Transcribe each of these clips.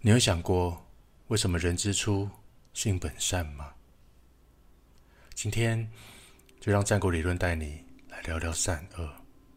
你有想过为什么人之初性本善吗？今天就让战国理论带你来聊聊善恶。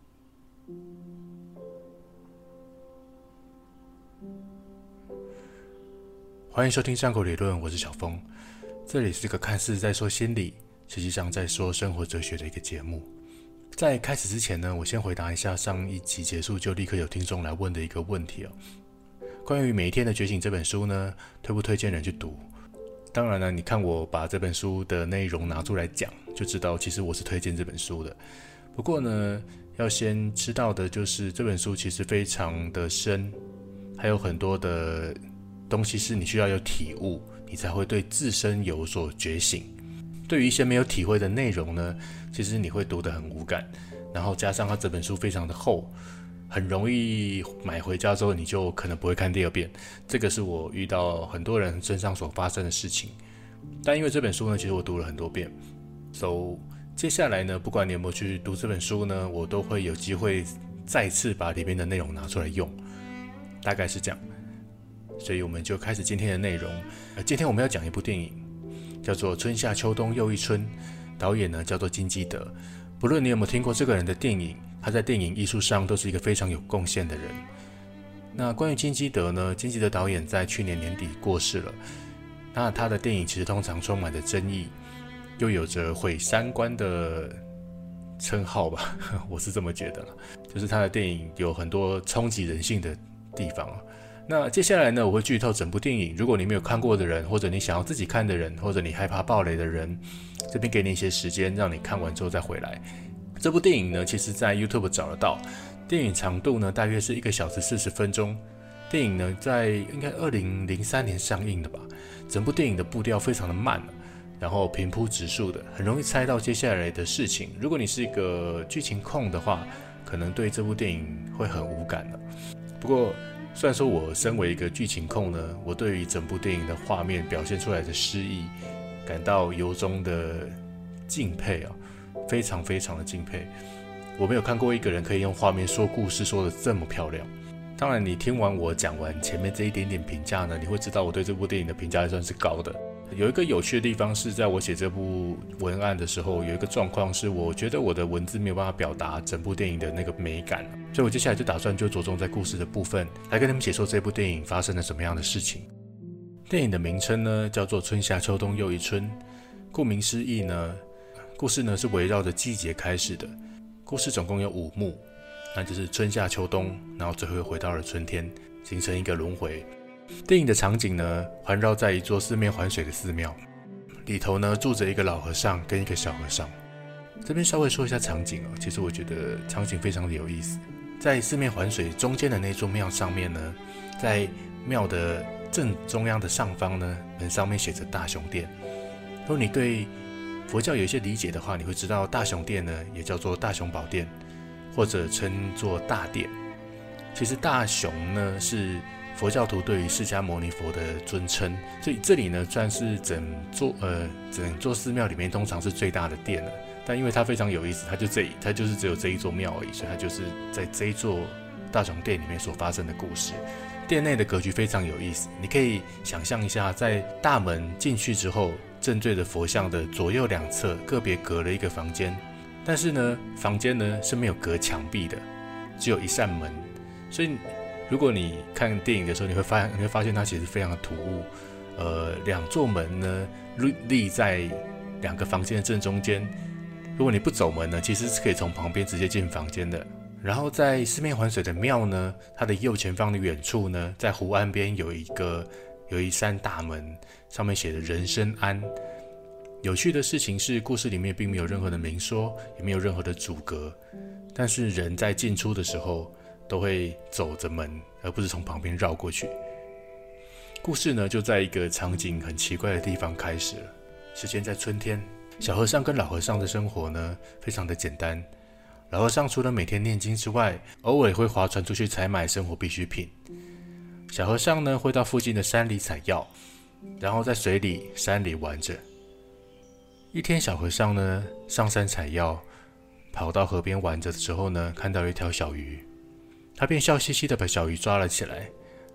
欢迎收听战国理论，我是小峰。这里是个看似在说心理，实际上在说生活哲学的一个节目。在开始之前呢，我先回答一下上一集结束就立刻有听众来问的一个问题。关于《每一天的觉醒》这本书呢，推不推荐人去读？当然了，你看我把这本书的内容拿出来讲，就知道其实我是推荐这本书的。不过呢，要先知道的就是这本书其实非常的深，还有很多的东西是你需要有体悟，你才会对自身有所觉醒。对于一些没有体会的内容呢，其实你会读得很无感，然后加上它这本书非常的厚，很容易买回家之后你就可能不会看第二遍。这个是我遇到很多人身上所发生的事情。但因为这本书呢，其实我读了很多遍，接下来呢，不管你有没有去读这本书呢，我都会有机会再次把里面的内容拿出来用，大概是这样。所以我们就开始今天的内容。今天我们要讲一部电影，叫做《春夏秋冬又一春》，导演呢叫做金基德。不论你有没有听过这个人的电影，他在电影艺术上都是一个非常有贡献的人。那关于金基德呢，金基德导演在去年年底过世了。那他的电影其实通常充满着争议，又有着毁三观的称号吧，我是这么觉得啦。就是他的电影有很多冲击人性的地方。那接下来呢，我会剧透整部电影。如果你没有看过的人，或者你想要自己看的人，或者你害怕爆雷的人，这边给你一些时间，让你看完之后再回来。这部电影呢，其实在 YouTube 找得到，电影长度呢大约是1个小时40分钟。电影呢在应该2003年上映的吧。整部电影的步调非常的慢，然后平铺直述的，很容易猜到接下来的事情。如果你是一个剧情控的话，可能对这部电影会很无感的。不过虽然说我身为一个剧情控呢，我对于整部电影的画面表现出来的诗意感到由衷的敬佩非常非常的敬佩。我没有看过一个人可以用画面说故事说得这么漂亮。当然你听完我讲完前面这一点点评价呢，你会知道我对这部电影的评价还算是高的。有一个有趣的地方是，在我写这部文案的时候，有一个状况是我觉得我的文字没有办法表达整部电影的那个美感，所以我接下来就打算就着重在故事的部分来跟你们解说这部电影发生了什么样的事情。电影的名称呢叫做《春夏秋冬又一春》，顾名思义呢，故事呢是围绕着季节开始的。故事总共有5幕，那就是春夏秋冬，然后最后回到了春天，形成一个轮回。电影的场景呢环绕在一座四面环水的寺庙，里头呢住着一个老和尚跟一个小和尚。这边稍微说一下场景其实我觉得场景非常的有意思。在四面环水中间的那座庙上面呢，在庙的正中央的上方呢，门上面写着大雄殿。如果你对佛教有一些理解的话，你会知道大雄殿呢也叫做大雄宝殿，或者称作大殿。其实大雄呢是佛教徒对于释迦牟尼佛的尊称，所以这里呢算是整座寺庙里面通常是最大的殿了。但因为它非常有意思，它就是只有这一座庙而已，所以它就是在这一座大雄殿里面所发生的故事。殿内的格局非常有意思，你可以想象一下，在大门进去之后，正对着佛像的左右两侧个别隔了一个房间，但是呢，房间呢是没有隔墙壁的，只有一扇门。所以如果你看电影的时候，你会发现它其实非常的突兀。2座门呢立在2个房间的正中间，如果你不走门呢，其实是可以从旁边直接进房间的。然后在四面环水的庙呢，它的右前方的远处呢，在湖岸边有一扇大门，上面写着人生安。有趣的事情是，故事里面并没有任何的明说，也没有任何的阻隔，但是人在进出的时候都会走着门，而不是从旁边绕过去。故事呢就在一个场景很奇怪的地方开始了。时间在春天，小和尚跟老和尚的生活呢非常的简单。老和尚除了每天念经之外，偶尔会划船出去采买生活必需品。小和尚呢会到附近的山里采药，然后在水里、山里玩着。一天，小和尚呢上山采药，跑到河边玩着的时候呢，看到一条小鱼，他便笑嘻嘻的把小鱼抓了起来，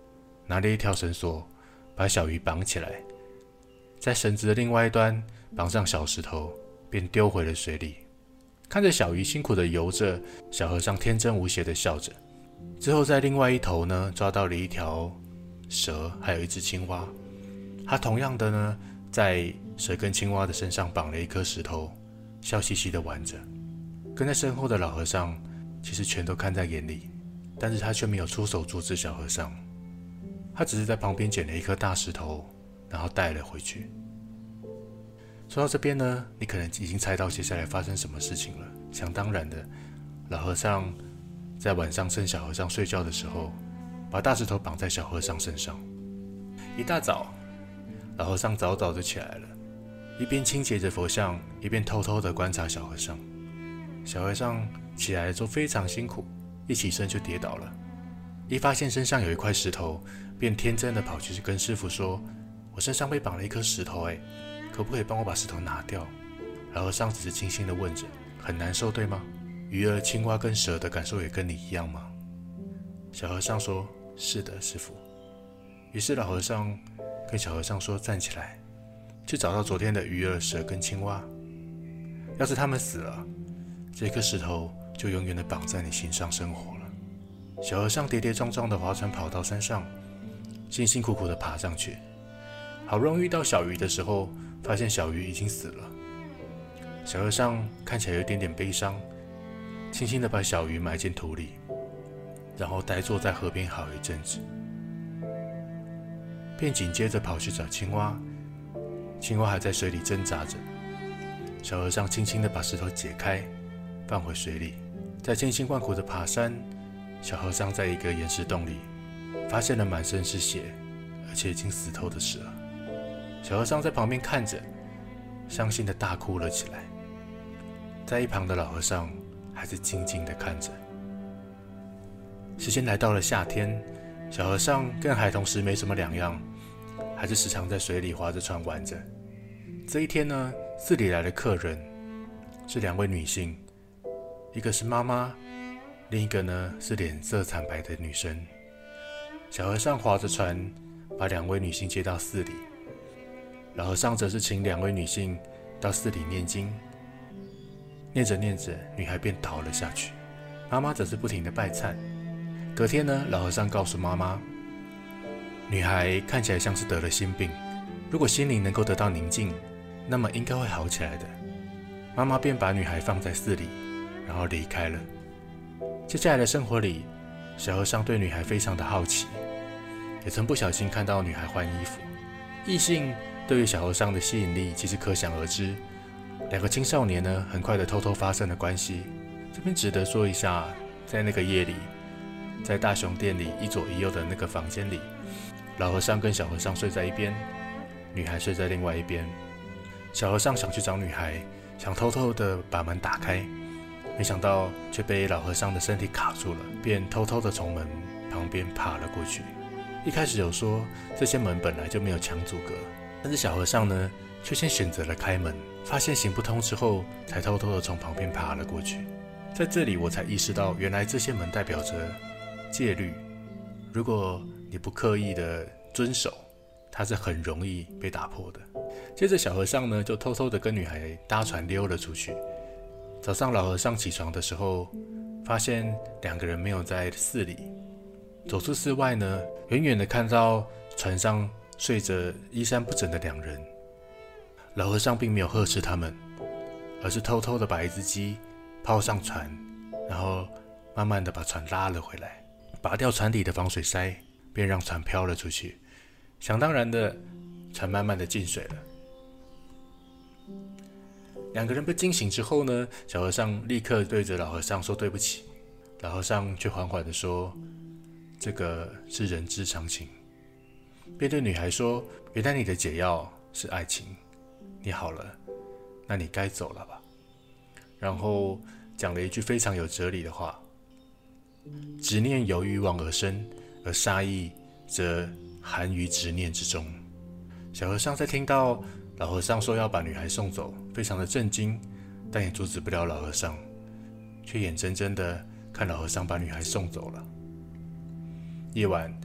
拿了一条绳索把小鱼绑起来，在绳子的另外一端绑上小石头，便丢回了水里。看着小鱼辛苦地游着，小和尚天真无邪地笑着。之后在另外一头呢，抓到了一条蛇，还有一只青蛙。他同样的呢，在蛇跟青蛙的身上绑了一颗石头，笑嘻嘻地玩着。跟在身后的老和尚其实全都看在眼里，但是他却没有出手阻止小和尚，他只是在旁边捡了一颗大石头，然后带了回去。说到这边呢，你可能已经猜到接下来发生什么事情了。想当然的，老和尚在晚上趁小和尚睡觉的时候，把大石头绑在小和尚身上。一大早，老和尚早早就起来了，一边清洁着佛像，一边偷偷地观察小和尚。小和尚起来的时候非常辛苦，一起身就跌倒了。一发现身上有一块石头，便天真地跑去跟师父说：“我身上被绑了一颗石头，可不可以帮我把石头拿掉？”老和尚只是轻轻地问着：“很难受对吗？鱼儿、青蛙跟蛇的感受也跟你一样吗？”小和尚说：“是的，师父。”于是老和尚跟小和尚说：“站起来，去找到昨天的鱼儿、蛇跟青蛙。要是他们死了，这颗石头就永远地绑在你心上生活了。”小和尚跌跌撞撞地划船跑到山上，辛辛苦苦地爬上去。好不容易遇到小鱼的时候，发现小鱼已经死了。小和尚看起来有一点点悲伤，轻轻地把小鱼埋进土里，然后呆坐在河边好一阵子，便紧接着跑去找青蛙。青蛙还在水里挣扎着，小和尚轻轻地把石头解开，放回水里。在千辛万苦的爬山，小和尚在一个岩石洞里发现了满身是血，而且已经死透的蛇。小和尚在旁边看着，伤心地大哭了起来。在一旁的老和尚还是静静地看着。时间来到了夏天，小和尚跟孩童时没什么两样，还是时常在水里划着船玩着。这一天呢，寺里来了客人，是2位女性，一个是妈妈，另一个呢是脸色惨白的女生。小和尚划着船，把2位女性接到寺里。老和尚则是请2位女性到寺里念经，念着念着，女孩便倒了下去。妈妈则是不停地拜忏。隔天呢，老和尚告诉妈妈，女孩看起来像是得了心病，如果心灵能够得到宁静，那么应该会好起来的。妈妈便把女孩放在寺里，然后离开了。接下来的生活里，小和尚对女孩非常的好奇，也曾不小心看到女孩换衣服。异性对于小和尚的吸引力其实可想而知。2个青少年呢，很快的偷偷发生了关系。这边值得说一下，在那个夜里，在大雄殿里一左一右的那个房间里，老和尚跟小和尚睡在一边，女孩睡在另外一边。小和尚想去找女孩，想偷偷的把门打开，没想到却被老和尚的身体卡住了，便偷偷的从门旁边爬了过去。一开始有说这些门本来就没有墙阻隔，但是小和尚呢，却先选择了开门，发现行不通之后，才偷偷的从旁边爬了过去。在这里我才意识到，原来这些门代表着戒律，如果你不刻意的遵守，它是很容易被打破的。接着小和尚呢，就偷偷的跟女孩搭船溜了出去。早上老和尚起床的时候，发现2个人没有在寺里。走出寺外呢，远远的看到船上睡着衣衫不整的2人。老和尚并没有呵斥他们，而是偷偷的把一只鸡抛上船，然后慢慢的把船拉了回来，拔掉船底的防水塞，便让船飘了出去。想当然的，船慢慢的进水了。2个人被惊醒之后呢，小和尚立刻对着老和尚说对不起。老和尚却缓缓的说，这个是人之常情。便对女孩说，原来你的解药是爱情，你好了，那你该走了吧。然后讲了一句非常有哲理的话，执念由欲望而生，而杀意则含于执念之中。小和尚在听到老和尚说要把女孩送走，非常的震惊，但也阻止不了老和尚，却眼睁睁的看老和尚把女孩送走了。夜晚，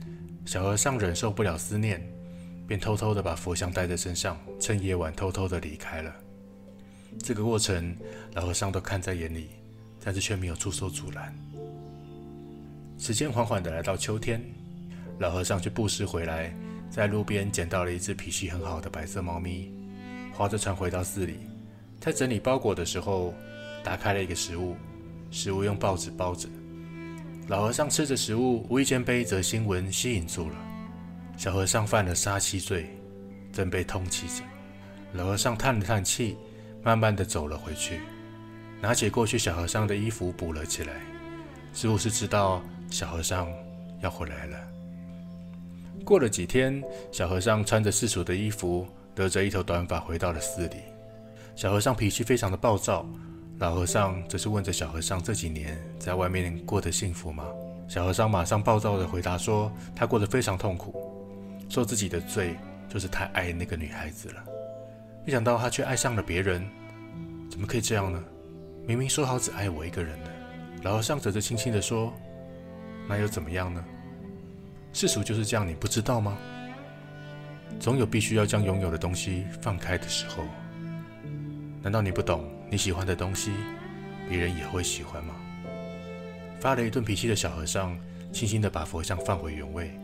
小和尚忍受不了思念，便偷偷的把佛像带在身上，趁夜晚偷偷的离开了。这个过程，老和尚都看在眼里，但是却没有出手阻拦。时间缓缓的来到秋天，老和尚去布施回来，在路边捡到了一只脾气很好的白色猫咪，划着船回到寺里。在整理包裹的时候，打开了一个食物，食物用报纸包着。老和尚吃着食物，无意间被一则新闻吸引住了。小和尚犯了杀妻罪，正被通缉着。老和尚叹了叹气，慢慢的走了回去，拿起过去小和尚的衣服补了起来，似乎是知道小和尚要回来了。过了几天，小和尚穿着世俗的衣服，留着一头短发回到了寺里。小和尚脾气非常的暴躁，老和尚则是问着小和尚这几年在外面过得幸福吗？小和尚马上暴躁的回答说，他过得非常痛苦，说自己的罪就是太爱那个女孩子了，没想到他却爱上了别人，怎么可以这样呢？明明说好只爱我一个人的。老和尚则是轻轻的说，那又怎么样呢？世俗就是这样，你不知道吗？总有必须要将拥有的东西放开的时候。难道你不懂，你喜欢的东西别人也会喜欢吗？发了一顿脾气的小和尚轻轻地把佛像放回原位，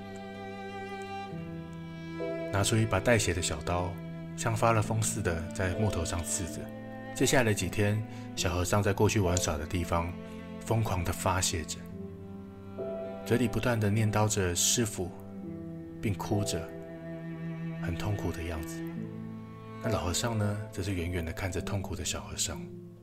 拿出一把带血的小刀，像发了疯似的在木头上刺着。接下来几天，小和尚在过去玩耍的地方疯狂地发泄着，嘴里不断地念叨着师父，并哭着，很痛苦的样子。那老和尚呢，则是远远地看着痛苦的小和尚。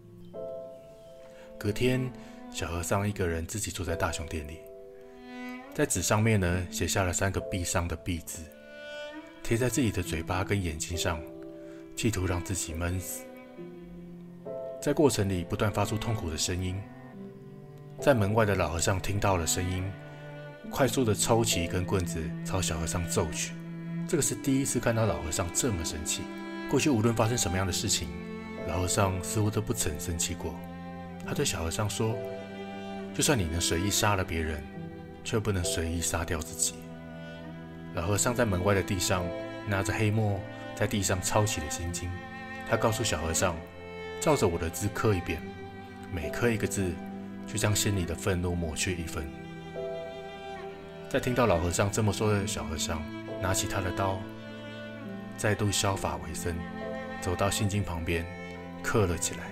隔天，小和尚一个人自己坐在大雄殿里，在纸上面呢写下了3个闭上的闭字，贴在自己的嘴巴跟眼睛上，企图让自己闷死。在过程里不断发出痛苦的声音。在门外的老和尚听到了声音，快速的抽起一根棍子朝小和尚揍去。这个是第一次看到老和尚这么生气。过去无论发生什么样的事情，老和尚似乎都不曾生气过。他对小和尚说，就算你能随意杀了别人，却不能随意杀掉自己。老和尚在门外的地上拿着黑墨，在地上抄起了心经。他告诉小和尚，照着我的字刻一遍，每刻一个字，就将心里的愤怒抹去1分。在听到老和尚这么说的小和尚，拿起他的刀，再度削发为僧，走到心经旁边，刻了起来。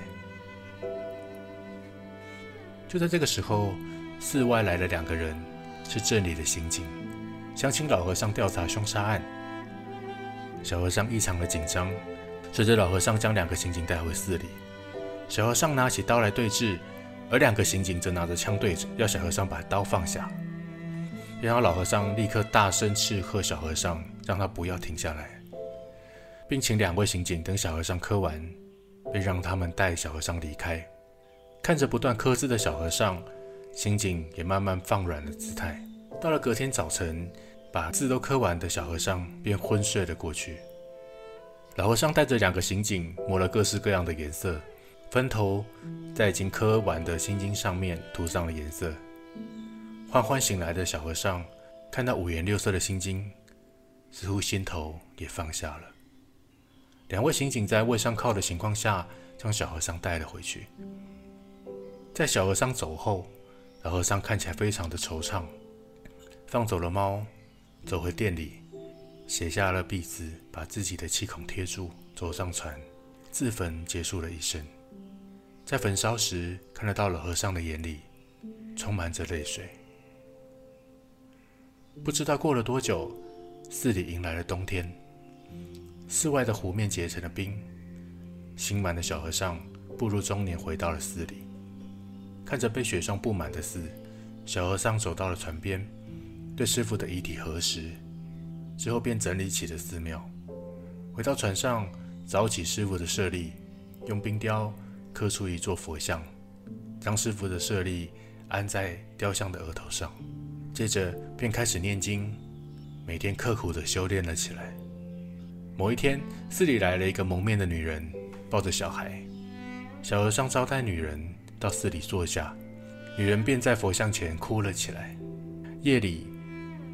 就在这个时候，寺外来了2个人，是镇里的刑警，想请老和尚调查凶杀案。小和尚异常的紧张，随着老和尚将2个刑警带回寺里。小和尚拿起刀来对峙，而2个刑警则拿着枪对着，要小和尚把刀放下。然后老和尚立刻大声斥喝小和尚，让他不要停下来，并请2位刑警等小和尚磕完，便让他们带小和尚离开。看着不断磕字的小和尚，刑警也慢慢放软了姿态。到了隔天早晨，把字都磕完的小和尚便昏睡了过去。老和尚带着2个刑警抹了各式各样的颜色，分头在已经磕完的心经上面涂上了颜色。缓缓醒来的小和尚看到5颜6色的心经，似乎心头也放下了。2位刑警在位上铐的情况下，将小和尚带了回去。在小和尚走后，老和尚看起来非常的惆怅，放走了猫，走回店里，写下了币字，把自己的气孔贴住，走上船，自焚结束了一生。在焚烧时，看得到老和尚的眼里充满着泪水。不知道过了多久，寺里迎来了冬天，寺外的湖面结成了冰。心满的小和尚步入中年，回到了寺里。看着被雪霜布满的寺，小和尚走到了船边，对师父的遗体核实，之后便整理起了寺庙。回到船上，找起师父的舍利，用冰雕刻出一座佛像，将师父的舍利安在雕像的额头上。接着便开始念经，每天刻苦地修炼了起来。某一天，寺里来了一个蒙面的女人，抱着小孩。小和尚招待女人到寺里坐下，女人便在佛像前哭了起来。夜里，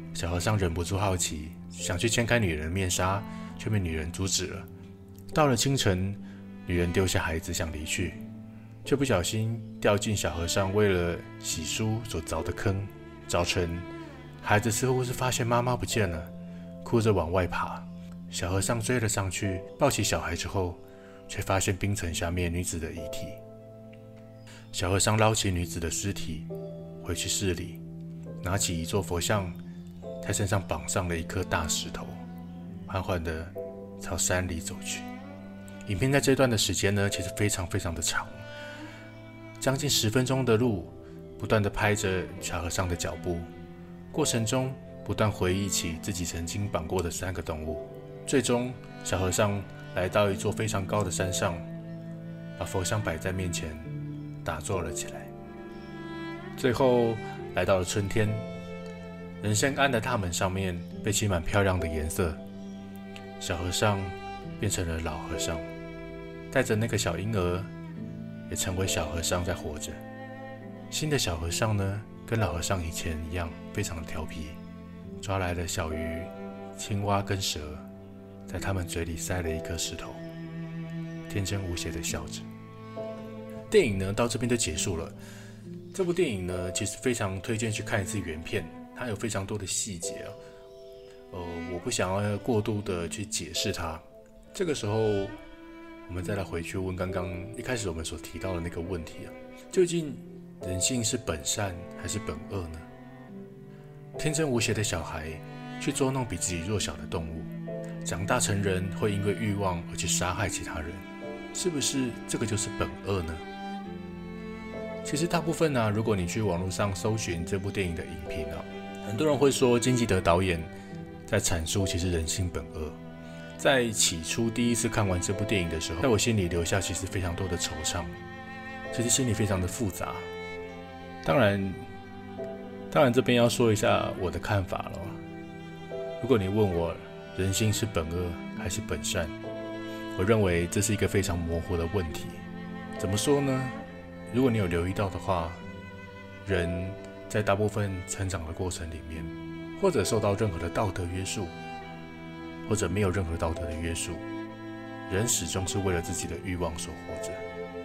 小和尚忍不住好奇，想去掀开女人的面纱，却被女人阻止了。到了清晨，女人丢下孩子想离去，却不小心掉进小和尚为了洗漱所凿的坑。早晨，孩子似乎是发现妈妈不见了，哭着往外爬。小和尚追了上去，抱起小孩之后，却发现冰层下面女子的遗体。小和尚捞起女子的尸体，回去寺里，拿起一座佛像，在身上绑上了一颗大石头，缓缓地朝山里走去。影片在这段的时间呢，其实非常非常的长，将近10分钟的路，不断地拍着小和尚的脚步，过程中不断回忆起自己曾经绑过的3个动物。最终，小和尚来到一座非常高的山上，把佛像摆在面前，打坐了起来。最后来到了春天，人参庵的大门上面被漆满漂亮的颜色，小和尚变成了老和尚，带着那个小婴儿也成为小和尚在活着。新的小和尚呢，跟老和尚以前一样，非常的调皮，抓来了小鱼、青蛙跟蛇，在他们嘴里塞了一颗石头，天真无邪的笑着。电影呢到这边就结束了。这部电影呢，其实非常推荐去看一次原片，它有非常多的细节我不想要过度的去解释它。这个时候，我们再来回去问刚刚一开始我们所提到的那个问题究竟人性是本善还是本恶呢？天真无邪的小孩去捉弄比自己弱小的动物，长大成人会因为欲望而去杀害其他人，是不是这个就是本恶呢？其实大部分如果你去网络上搜寻这部电影的影评很多人会说金基德导演在阐述其实人性本恶。在起初第一次看完这部电影的时候，在我心里留下其实非常多的惆怅，其实心里非常的复杂。当然这边要说一下我的看法了。如果你问我人性是本恶还是本善，我认为这是一个非常模糊的问题。怎么说呢？如果你有留意到的话，人在大部分成长的过程里面，或者受到任何的道德约束，或者没有任何道德的约束，人始终是为了自己的欲望所活着。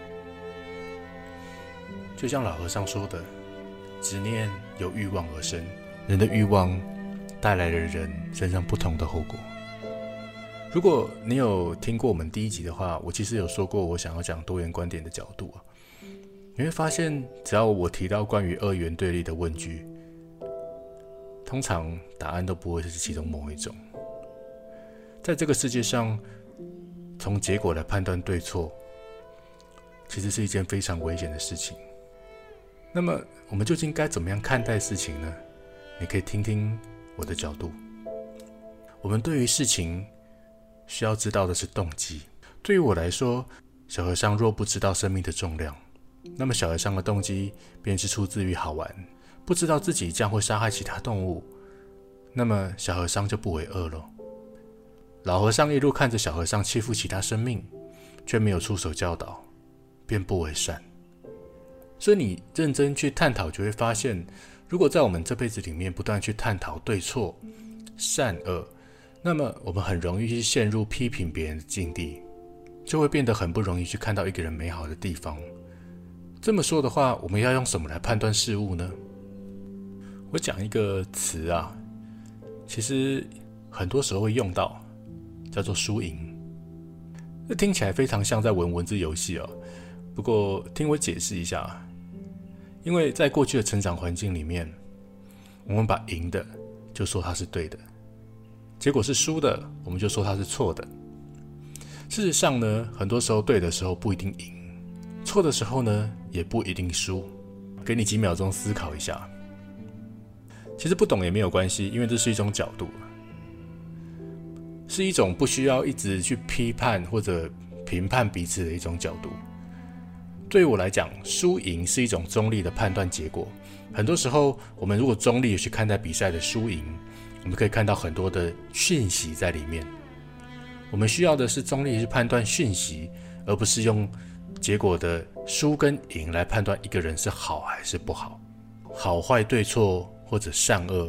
就像老和尚说的，执念由欲望而生，人的欲望带来了人身上不同的后果。如果你有听过我们第1集的话，我其实有说过我想要讲多元观点的角度你会发现只要我提到关于二元对立的问句，通常答案都不会是其中某一种。在这个世界上，从结果来判断对错，其实是一件非常危险的事情。那么我们究竟该怎么样看待事情呢？你可以听听我的角度。我们对于事情需要知道的是动机。对于我来说，小和尚若不知道生命的重量，那么小和尚的动机便是出自于好玩，不知道自己将会杀害其他动物，那么小和尚就不为恶了。老和尚一路看着小和尚欺负其他生命，却没有出手教导，便不为善。所以你认真去探讨，就会发现，如果在我们这辈子里面不断去探讨对错、善恶，那么我们很容易去陷入批评别人的境地，就会变得很不容易去看到一个人美好的地方。这么说的话，我们要用什么来判断事物呢？我讲一个词其实很多时候会用到，叫做输赢。这听起来非常像在玩文字游戏不过听我解释一下。因为在过去的成长环境里面，我们把赢的就说它是对的，结果是输的，我们就说它是错的。事实上呢，很多时候对的时候不一定赢，错的时候呢也不一定输。给你几秒钟思考一下。其实不懂也没有关系，因为这是一种角度，是一种不需要一直去批判或者评判彼此的一种角度。对于我来讲，输赢是一种中立的判断结果。很多时候，我们如果中立的去看待比赛的输赢，我们可以看到很多的讯息在里面。我们需要的是中立去判断讯息，而不是用结果的输跟赢来判断一个人是好还是不好。好坏对错或者善恶，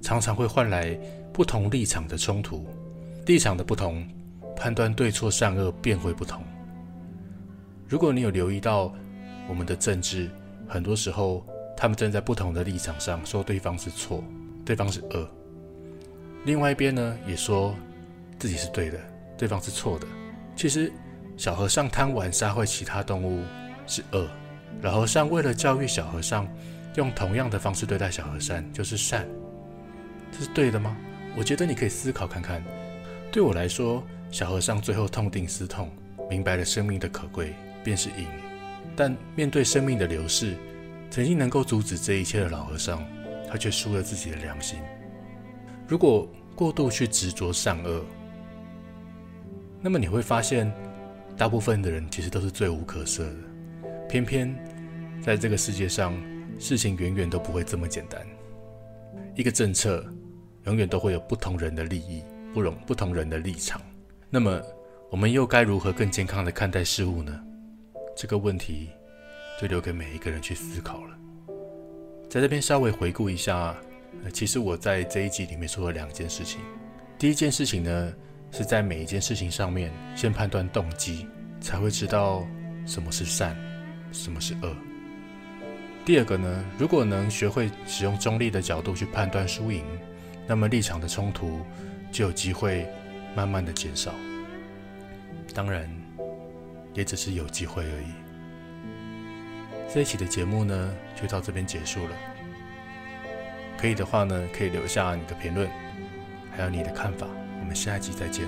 常常会换来不同立场的冲突，立场的不同，判断对错善恶便会不同。如果你有留意到我们的政治，很多时候他们站在不同的立场上，说对方是错，对方是恶，另外一边呢也说自己是对的，对方是错的。其实小和尚贪玩杀害其他动物是恶，老和尚为了教育小和尚，用同样的方式对待小和尚就是善，这是对的吗？我觉得你可以思考看看。对我来说，小和尚最后痛定思痛，明白了生命的可贵便是赢，但面对生命的流逝，曾经能够阻止这一切的老和尚，他却输了自己的良心。如果过度去执着善恶，那么你会发现大部分的人其实都是罪无可赦的，偏偏在这个世界上，事情远远都不会这么简单。一个政策永远都会有不同人的利益，不同人的立场，那么我们又该如何更健康地看待事物呢？这个问题就留给每一个人去思考了。在这边稍微回顾一下，其实我在这一集里面说了2件事情。第一件事情呢，是在每一件事情上面先判断动机，才会知道什么是善，什么是恶。第二个呢，如果能学会使用中立的角度去判断输赢，那么立场的冲突就有机会慢慢的减少。当然，也只是有机会而已。这一期的节目呢，就到这边结束了。可以的话呢，可以留下你的评论，还有你的看法。我们下一集再见。